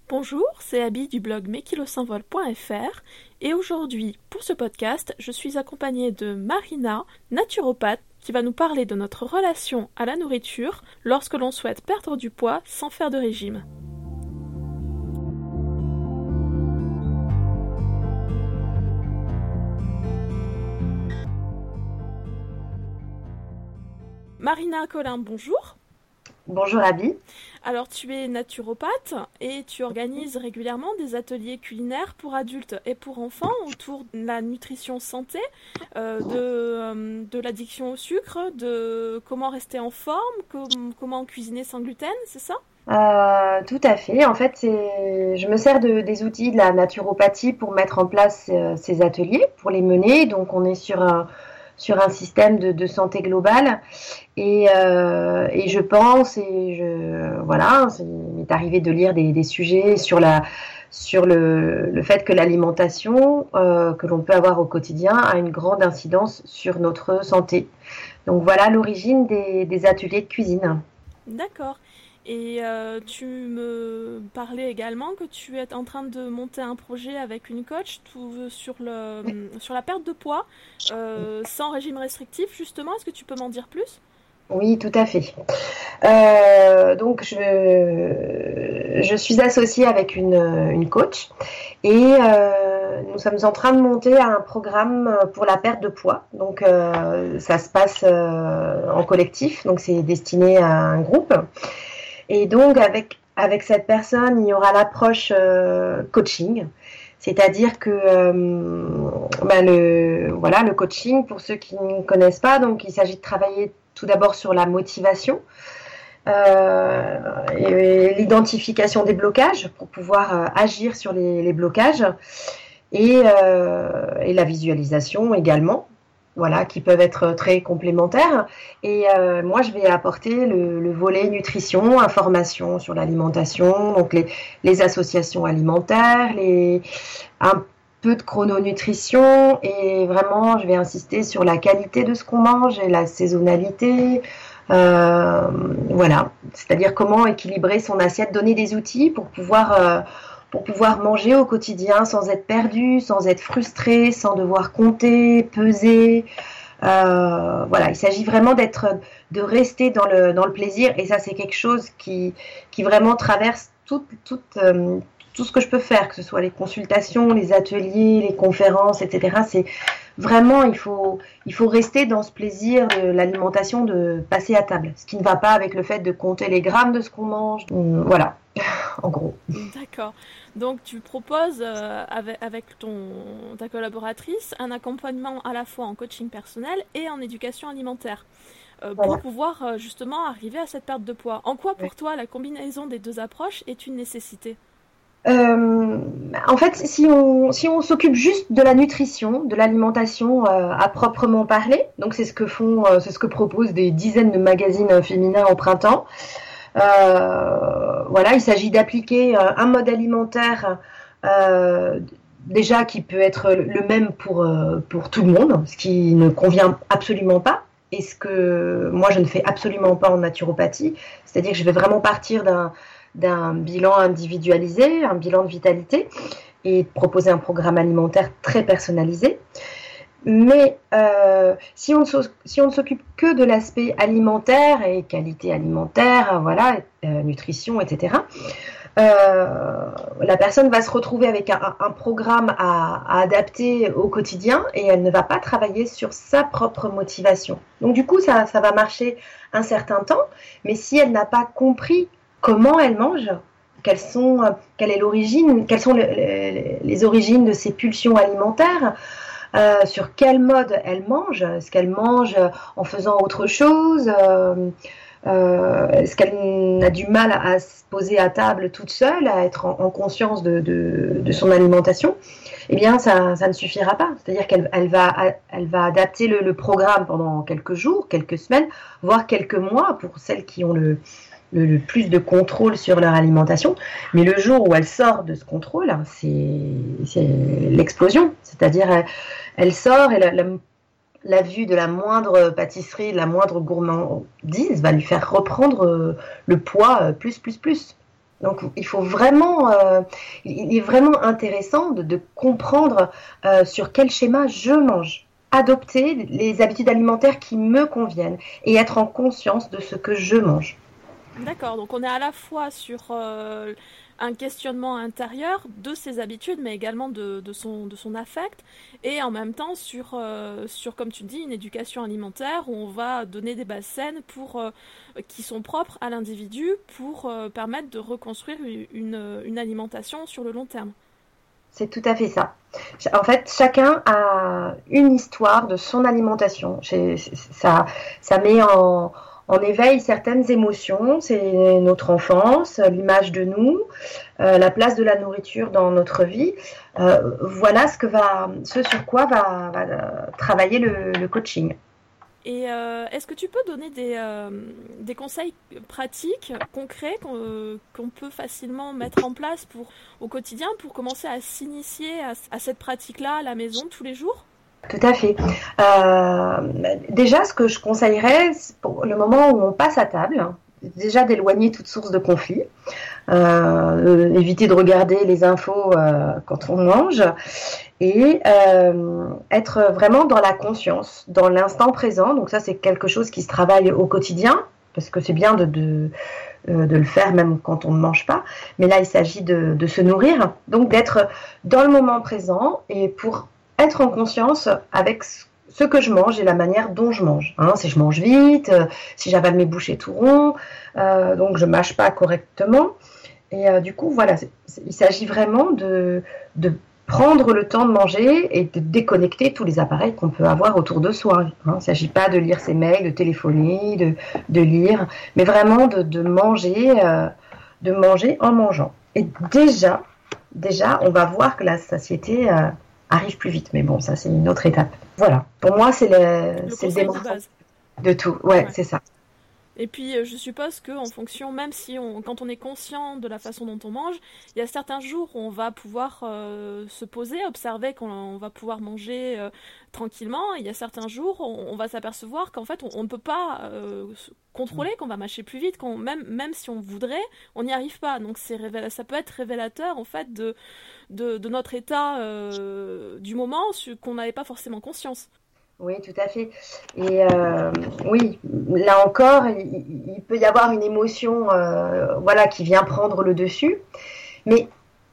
Bonjour, c'est Abby du blog meskilosinvol.fr et aujourd'hui, pour ce podcast, je suis accompagnée de Marina, naturopathe, qui va nous parler de notre relation à la nourriture lorsque l'on souhaite perdre du poids sans faire de régime. Marina Collin, bonjour. Bonjour Abby. Alors tu es naturopathe et tu organises régulièrement des ateliers culinaires pour adultes et pour enfants autour de la nutrition santé, de l'addiction au sucre, de comment rester en forme, comment cuisiner sans gluten, c'est ça? Tout à fait. En fait, je me sers des outils de la naturopathie pour mettre en place ces ateliers, pour les mener. Donc, on est sur un système de santé globale. Et je pense, voilà, il m'est arrivé de lire des sujets sur le fait que l'alimentation que l'on peut avoir au quotidien a une grande incidence sur notre santé. Donc, voilà l'origine des ateliers de cuisine. D'accord. Et tu me parlais également que tu es en train de monter un projet avec une coach sur la perte de poids sans régime restrictif, justement. Est-ce que tu peux m'en dire plus? Oui, tout à fait. Donc, je suis associée avec une coach et nous sommes en train de monter un programme pour la perte de poids. Donc, ça se passe en collectif, donc c'est destiné à un groupe. Et donc, avec cette personne, il y aura l'approche coaching. C'est-à-dire que le coaching, pour ceux qui ne connaissent pas, donc il s'agit de travailler tout d'abord sur la motivation et l'identification des blocages pour pouvoir agir sur les blocages et la visualisation également. Voilà, qui peuvent être très complémentaires. Et moi, je vais apporter le volet nutrition, information sur l'alimentation, donc les associations alimentaires, un peu de chrononutrition, et vraiment, je vais insister sur la qualité de ce qu'on mange et la saisonnalité. Voilà, c'est-à-dire comment équilibrer son assiette, donner des outils pour pouvoir manger au quotidien sans être perdu, sans être frustré, sans devoir compter, peser. Voilà, il s'agit vraiment de rester dans le plaisir, et ça c'est quelque chose qui vraiment traverse tout ce que je peux faire, que ce soit les consultations, les ateliers, les conférences, etc. C'est vraiment, il faut rester dans ce plaisir de l'alimentation, de passer à table. Ce qui ne va pas avec le fait de compter les grammes de ce qu'on mange. Voilà, en gros. D'accord. Donc tu proposes avec ta collaboratrice un accompagnement à la fois en coaching personnel et en éducation alimentaire pour pouvoir justement arriver à cette perte de poids. En quoi pour toi la combinaison des deux approches est une nécessité? En fait, si on s'occupe juste de la nutrition, de l'alimentation à proprement parler, donc c'est ce que proposent des dizaines de magazines féminins au printemps. Voilà, il s'agit d'appliquer un mode alimentaire déjà qui peut être le même pour tout le monde, ce qui ne convient absolument pas, et ce que moi je ne fais absolument pas en naturopathie, c'est-à-dire que je vais vraiment partir d'un bilan individualisé, un bilan de vitalité, et proposer un programme alimentaire très personnalisé. Mais si on ne s'occupe que de l'aspect alimentaire et qualité alimentaire, voilà, nutrition, etc., la personne va se retrouver avec un programme à adapter au quotidien, et elle ne va pas travailler sur sa propre motivation. Donc du coup, ça va marcher un certain temps, mais si elle n'a pas compris comment elle mange, quelle est l'origine, quelles sont les origines de ses pulsions alimentaires, sur quel mode elle mange, est-ce qu'elle mange en faisant autre chose, est-ce qu'elle a du mal à se poser à table toute seule, à être en conscience de son alimentation, eh bien ça ne suffira pas. C'est-à-dire qu'elle va adapter le programme pendant quelques jours, quelques semaines, voire quelques mois pour celles qui ont le plus de contrôle sur leur alimentation. Mais le jour où elle sort de ce contrôle, c'est l'explosion. C'est-à-dire, elle sort, et la vue de la moindre pâtisserie, de la moindre gourmandise va lui faire reprendre le poids plus. Donc il faut vraiment, il est vraiment intéressant de comprendre sur quel schéma je mange. Adopter les habitudes alimentaires qui me conviennent et être en conscience de ce que je mange. D'accord, donc on est à la fois sur un questionnement intérieur de ses habitudes, mais également de son affect, et en même temps sur, comme tu dis, une éducation alimentaire où on va donner des bases saines qui sont propres à l'individu pour permettre de reconstruire une alimentation sur le long terme. C'est tout à fait ça. En fait, chacun a une histoire de son alimentation. Ça met en éveil certaines émotions. C'est notre enfance, l'image de nous, la place de la nourriture dans notre vie. Voilà ce sur quoi va travailler le coaching. Et est-ce que tu peux donner des conseils pratiques, concrets, qu'on peut facilement mettre en place au quotidien pour commencer à s'initier à cette pratique-là à la maison tous les jours? Tout à fait. Déjà, ce que je conseillerais, pour le moment où on passe à table, déjà d'éloigner toute source de conflit, éviter de regarder les infos quand on mange, et être vraiment dans la conscience, dans l'instant présent. Donc ça, c'est quelque chose qui se travaille au quotidien, parce que c'est bien de le faire même quand on ne mange pas. Mais là, il s'agit de se nourrir, donc d'être dans le moment présent et pour être en conscience avec ce que je mange et la manière dont je mange. Si je mange vite, si j'avale mes bouchées tout rond, donc je ne mâche pas correctement. Et du coup, voilà, il s'agit vraiment de prendre le temps de manger et de déconnecter tous les appareils qu'on peut avoir autour de soi. Il ne s'agit pas de lire ses mails, de téléphoner, de lire, mais vraiment de manger en mangeant. Et déjà, on va voir que la satiété arrive plus vite. Mais bon, ça, c'est une autre étape. Voilà. Pour moi, c'est le démarrage de tout. Ouais, c'est ça. Et puis, je suppose qu'en fonction, même si quand on est conscient de la façon dont on mange, il y a certains jours où on va pouvoir se poser, observer qu'on va pouvoir manger tranquillement. Et il y a certains jours où on va s'apercevoir qu'en fait, on ne peut pas contrôler, qu'on va mâcher plus vite, même si on voudrait, on n'y arrive pas. Donc, ça peut être révélateur, en fait, de notre état du moment qu'on n'avait pas forcément conscience. Oui, tout à fait. Et oui, là encore, il peut y avoir une émotion qui vient prendre le dessus. Mais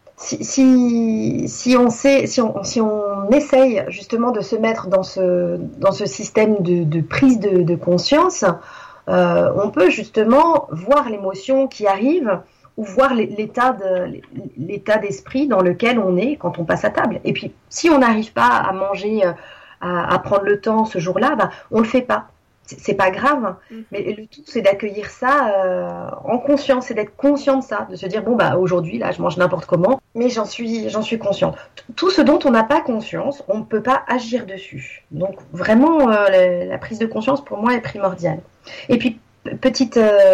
si on essaye justement de se mettre dans ce système de prise de conscience, on peut justement voir l'émotion qui arrive ou voir l'état d'esprit dans lequel on est quand on passe à table. Et puis, si on n'arrive pas à manger à prendre le temps ce jour-là, on le fait pas. C'est pas grave, mais le tout c'est d'accueillir ça en conscience, et d'être conscient de ça, de se dire aujourd'hui là je mange n'importe comment, mais j'en suis consciente. Tout ce dont on n'a pas conscience, on ne peut pas agir dessus. Donc vraiment la prise de conscience pour moi est primordiale. Et puis petit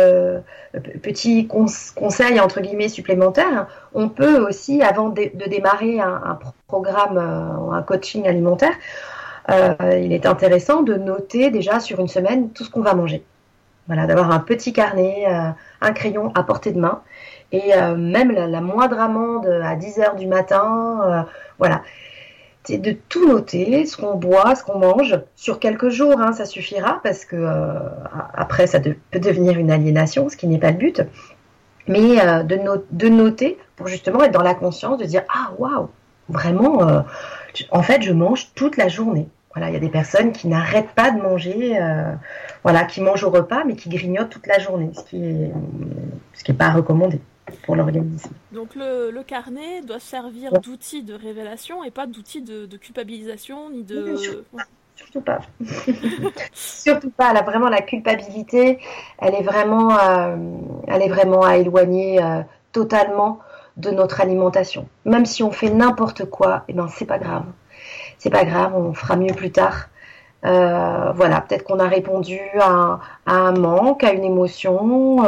conseil entre guillemets supplémentaire, on peut aussi avant de démarrer un programme, un coaching alimentaire, il est intéressant de noter déjà sur une semaine tout ce qu'on va manger. Voilà, d'avoir un petit carnet, un crayon à portée de main, et même la moindre amende à 10h du matin, voilà. C'est de tout noter, ce qu'on boit, ce qu'on mange, sur quelques jours, ça suffira, parce que après ça peut devenir une aliénation, ce qui n'est pas le but. Mais de noter pour justement être dans la conscience, de dire ah waouh, vraiment, en fait je mange toute la journée. Voilà, il y a des personnes qui n'arrêtent pas de manger, qui mangent au repas, mais qui grignotent toute la journée, ce qui est pas recommandé pour l'organisme. Donc le carnet doit servir d'outil de révélation et pas d'outil de culpabilisation ni de. Surtout pas. Surtout pas. Là, vraiment, la culpabilité, elle est vraiment à éloigner totalement de notre alimentation. Même si on fait n'importe quoi, c'est pas grave. C'est pas grave, on fera mieux plus tard. Peut-être qu'on a répondu à un manque, à une émotion,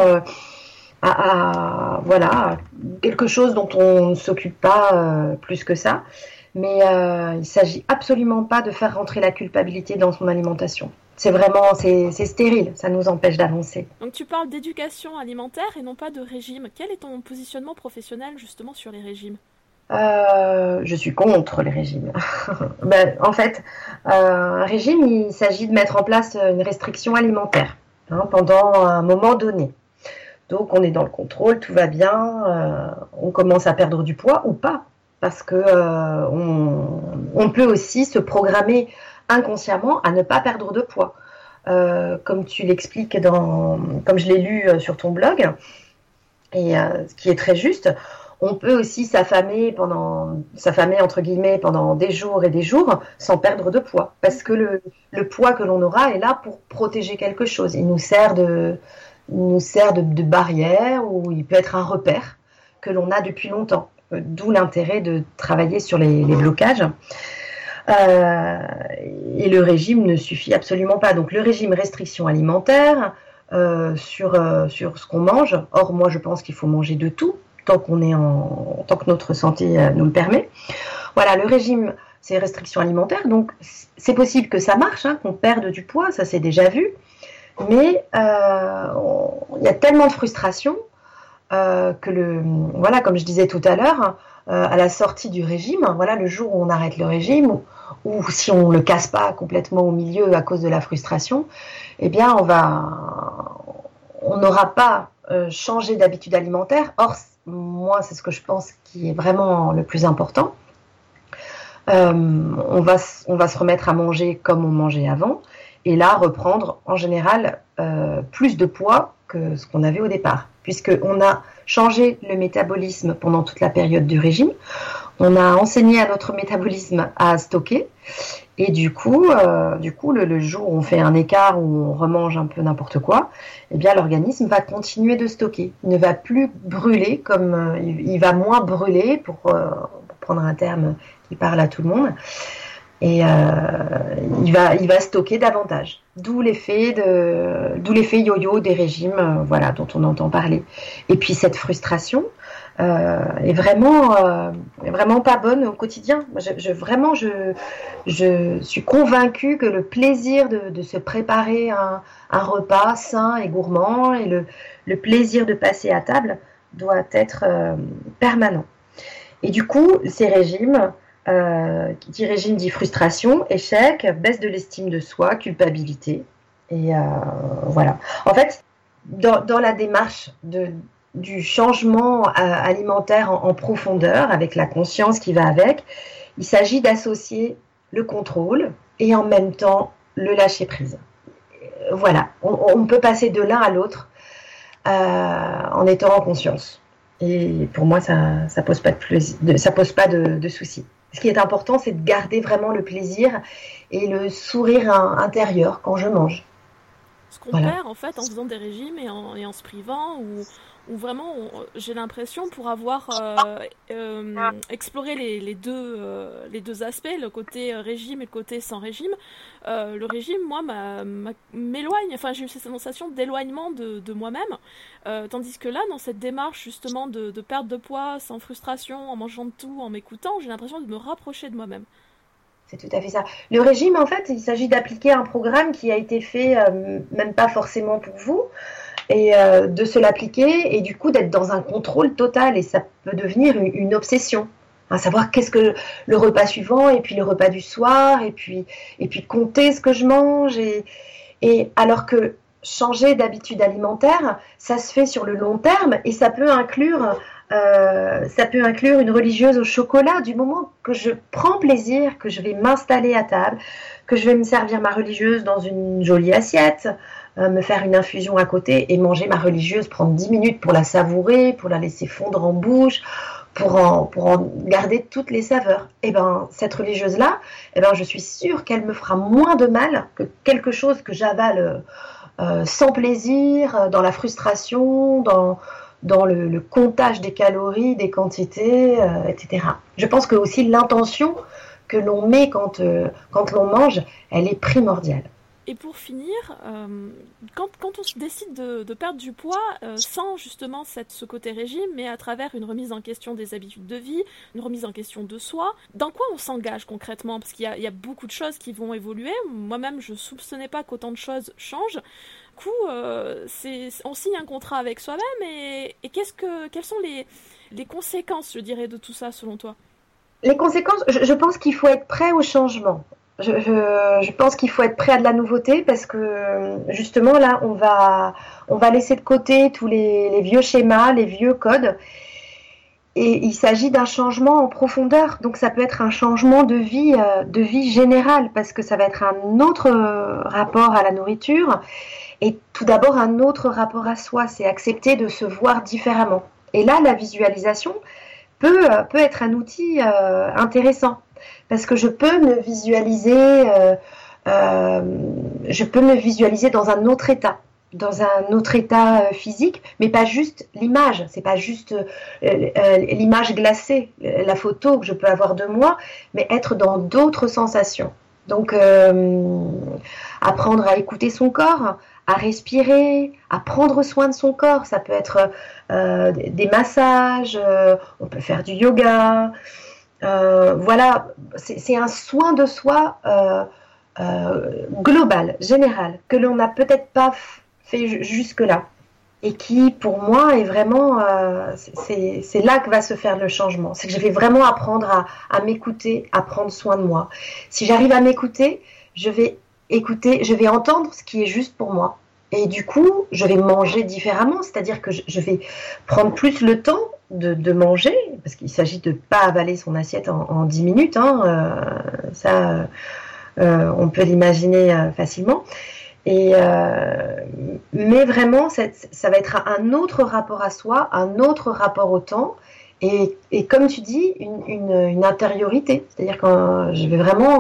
à quelque chose dont on ne s'occupe pas plus que ça. Mais il ne s'agit absolument pas de faire rentrer la culpabilité dans son alimentation. C'est stérile, ça nous empêche d'avancer. Donc tu parles d'éducation alimentaire et non pas de régime. Quel est ton positionnement professionnel justement sur les régimes ? Je suis contre les régimes. En fait, un régime, il s'agit de mettre en place une restriction alimentaire pendant un moment donné. Donc on est dans le contrôle, tout va bien, on commence à perdre du poids ou pas, parce que on peut aussi se programmer inconsciemment à ne pas perdre de poids. Comme tu l'expliques comme je l'ai lu sur ton blog, et ce qui est très juste, on peut aussi s'affamer entre guillemets pendant des jours et des jours sans perdre de poids, parce que le poids que l'on aura est là pour protéger quelque chose. Il nous sert de barrière, ou il peut être un repère que l'on a depuis longtemps. D'où l'intérêt de travailler sur les blocages. Et le régime ne suffit absolument pas. Donc le régime restriction alimentaire sur ce qu'on mange. Or moi je pense qu'il faut manger de tout tant que notre santé nous le permet. Voilà, le régime c'est restriction alimentaire. Donc c'est possible que ça marche, qu'on perde du poids, ça c'est déjà vu. Mais il y a tellement de frustration que comme je disais tout à l'heure, à la sortie du régime, le jour où on arrête le régime, ou si on le casse pas complètement au milieu à cause de la frustration, eh bien on n'aura pas changé d'habitude alimentaire. Or, moi, c'est ce que je pense qui est vraiment le plus important. On va se remettre à manger comme on mangeait avant, et là reprendre en général plus de poids que ce qu'on avait au départ, puisqu'on a changé le métabolisme pendant toute la période du régime, on a enseigné à notre métabolisme à stocker, et du coup le jour où on fait un écart, où on remange un peu n'importe quoi, eh bien l'organisme va continuer de stocker, il ne va plus brûler comme il va moins brûler pour prendre un terme qui parle à tout le monde. Et il va stocker davantage. D'où l'effet yo-yo des régimes, dont on entend parler. Et puis cette frustration est vraiment pas bonne au quotidien. Je suis convaincue que le plaisir de se préparer un repas sain et gourmand, et le plaisir de passer à table doit être permanent. Et du coup, ces régimes, qui dit régime dit frustration, échec, baisse de l'estime de soi, culpabilité. Et voilà. En fait, dans la démarche du changement alimentaire en profondeur, avec la conscience qui va avec, il s'agit d'associer le contrôle et en même temps le lâcher prise. Voilà. On peut passer de l'un à l'autre en étant en conscience. Et pour moi, ça pose pas de soucis. Ce qui est important, c'est de garder vraiment le plaisir et le sourire intérieur quand je mange. Ce qu'on perd en fait en faisant des régimes et en se privant, ou vraiment j'ai l'impression, pour avoir exploré les deux aspects, le côté régime et le côté sans régime, le régime, moi, m'éloigne, enfin j'ai eu cette sensation d'éloignement de moi-même, tandis que là, dans cette démarche justement de perte de poids sans frustration, en mangeant de tout, en m'écoutant, j'ai l'impression de me rapprocher de moi-même. C'est tout à fait ça. Le régime, en fait, il s'agit d'appliquer un programme qui a été fait même pas forcément pour vous, et de se l'appliquer, et du coup d'être dans un contrôle total, et ça peut devenir une obsession. À savoir qu'est-ce que le repas suivant, et puis le repas du soir, et puis compter ce que je mange, et alors que changer d'habitude alimentaire, ça se fait sur le long terme, et ça peut inclure une religieuse au chocolat. Du moment que je prends plaisir, que je vais m'installer à table, que je vais me servir ma religieuse dans une jolie assiette, me faire une infusion à côté et manger ma religieuse, prendre 10 minutes pour la savourer, pour la laisser fondre en bouche, pour en garder toutes les saveurs. Et ben cette religieuse-là, je suis sûre qu'elle me fera moins de mal que quelque chose que j'avale sans plaisir, dans la frustration, dans le comptage des calories, des quantités, etc. Je pense que aussi l'intention que l'on met quand l'on mange, elle est primordiale. Et pour finir, quand on se décide de perdre du poids, sans justement ce côté régime, mais à travers une remise en question des habitudes de vie, une remise en question de soi, dans quoi on s'engage concrètement? Parce qu'il y a beaucoup de choses qui vont évoluer. Moi-même, je ne soupçonnais pas qu'autant de choses changent. Du coup, on signe un contrat avec soi-même et quelles sont les conséquences, je dirais, de tout ça selon toi? Les conséquences, je pense qu'il faut être prêt au changement. Je pense qu'il faut être prêt à de la nouveauté parce que justement là, on va laisser de côté tous les vieux schémas, les vieux codes. Et il s'agit d'un changement en profondeur. Donc ça peut être un changement de vie générale parce que ça va être un autre rapport à la nourriture et tout d'abord un autre rapport à soi. C'est accepter de se voir différemment. Et là, la visualisation peut être un outil intéressant. Parce que je peux me visualiser dans un autre état physique, mais pas juste l'image, c'est pas juste l'image glacée, la photo que je peux avoir de moi, mais être dans d'autres sensations. Donc apprendre à écouter son corps, à respirer, à prendre soin de son corps, ça peut être des massages, on peut faire du yoga. Voilà, c'est un soin de soi global, général, que l'on n'a peut-être pas fait jusque-là et qui, pour moi, est vraiment, c'est là que va se faire le changement. C'est que je vais vraiment apprendre à m'écouter, à prendre soin de moi. Si j'arrive à m'écouter, je vais entendre ce qui est juste pour moi. Et du coup, je vais manger différemment, c'est-à-dire que je vais prendre plus le temps de manger, parce qu'il s'agit de ne pas avaler son assiette en 10 minutes, on peut l'imaginer facilement. Mais vraiment, ça va être un autre rapport à soi, un autre rapport au temps, et comme tu dis, une intériorité. C'est-à-dire que je vais vraiment,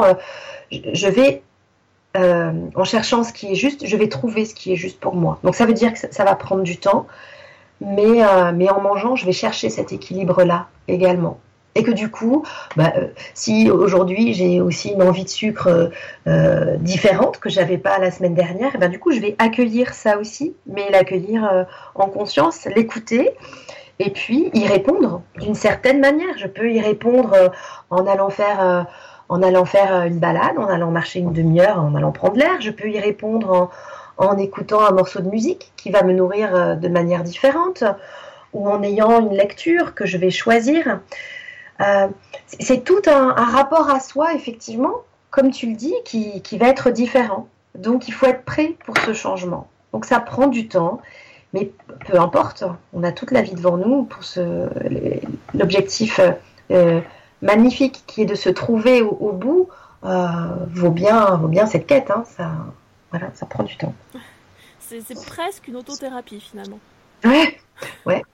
en cherchant ce qui est juste, je vais trouver ce qui est juste pour moi. Donc ça veut dire que ça va prendre du temps, mais en mangeant, je vais chercher cet équilibre-là également. Et que du coup, si aujourd'hui j'ai aussi une envie de sucre différente que j'avais pas la semaine dernière, du coup je vais accueillir ça aussi, mais l'accueillir en conscience, l'écouter et puis y répondre d'une certaine manière. Je peux y répondre en allant faire une balade, en allant marcher une demi-heure, en allant prendre l'air. Je peux y répondre en écoutant un morceau de musique qui va me nourrir de manière différente, ou en ayant une lecture que je vais choisir. C'est tout un rapport à soi, effectivement, comme tu le dis, qui va être différent. Donc, il faut être prêt pour ce changement. Donc, ça prend du temps, mais peu importe, on a toute la vie devant nous pour l'objectif magnifique qui est de se trouver au bout, vaut bien cette quête. Ça prend du temps. C'est presque une autothérapie, finalement. Ouais.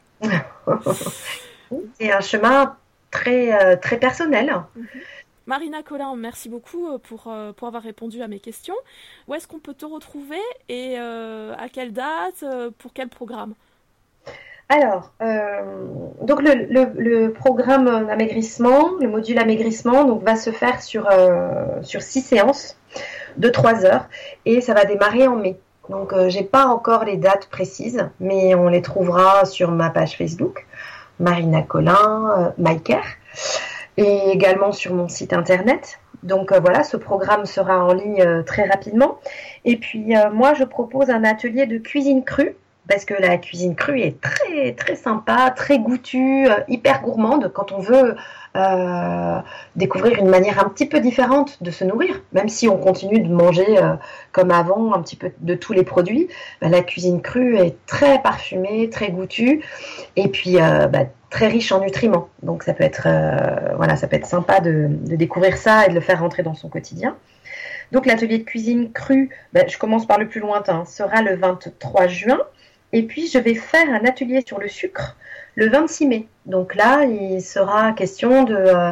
C'est un chemin très, très personnel. Marina Collin, merci beaucoup pour avoir répondu à mes questions. Où est-ce qu'on peut te retrouver et à quelle date, pour quel programme? Alors, donc le programme amaigrissement, le module amaigrissement, donc va se faire sur 6 séances de 3 heures et ça va démarrer en mai. Donc, j'ai pas encore les dates précises, mais on les trouvera sur ma page Facebook, Marina Collin, MyCare, et également sur mon site internet. Donc voilà, ce programme sera en ligne très rapidement. Et puis moi, je propose un atelier de cuisine crue, parce que la cuisine crue est très très sympa, très goûtue, hyper gourmande quand on veut découvrir une manière un petit peu différente de se nourrir, même si on continue de manger comme avant un petit peu de tous les produits. La cuisine crue est très parfumée, très goûtue et puis très riche en nutriments. Donc ça peut être sympa de découvrir ça et de le faire rentrer dans son quotidien. Donc l'atelier de cuisine crue, je commence par le plus lointain, sera le 23 juin. Et puis, je vais faire un atelier sur le sucre le 26 mai. Donc là, il sera question de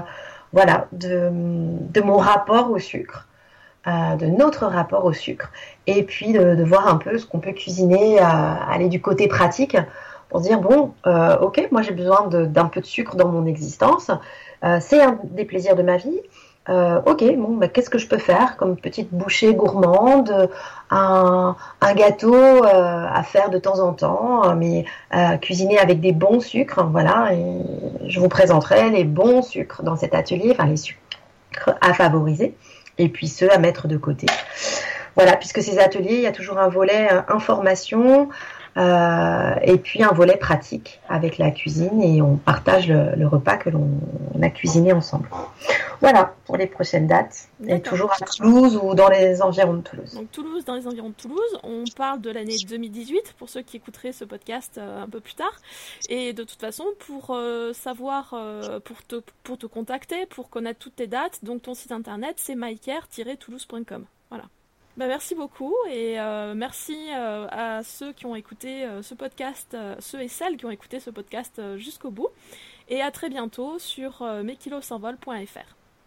mon rapport au sucre, de notre rapport au sucre. Et puis, de voir un peu ce qu'on peut cuisiner, aller du côté pratique pour dire, ok, moi j'ai besoin d'un peu de sucre dans mon existence. C'est un des plaisirs de ma vie. ok, bon, bah, qu'est-ce que je peux faire comme petite bouchée gourmande, un gâteau à faire de temps en temps, mais cuisiner avec des bons sucres, voilà. Et je vous présenterai les bons sucres dans cet atelier, enfin les sucres à favoriser, et puis ceux à mettre de côté. Voilà, puisque ces ateliers, il y a toujours un volet information. Et puis un volet pratique avec la cuisine et on partage le repas que l'on a cuisiné ensemble. Voilà pour les prochaines dates. Et toujours à Toulouse ou dans les environs de Toulouse. Donc Toulouse, dans les environs de Toulouse, on parle de l'année 2018 pour ceux qui écouteraient ce podcast un peu plus tard. Et de toute façon, pour savoir, pour te contacter, pour connaître toutes tes dates, donc ton site internet c'est mycare-toulouse.com. Voilà. Bah, merci beaucoup et merci à ceux qui ont écouté ce podcast, ceux et celles qui ont écouté ce podcast jusqu'au bout. Et à très bientôt sur meskilosenvol.fr.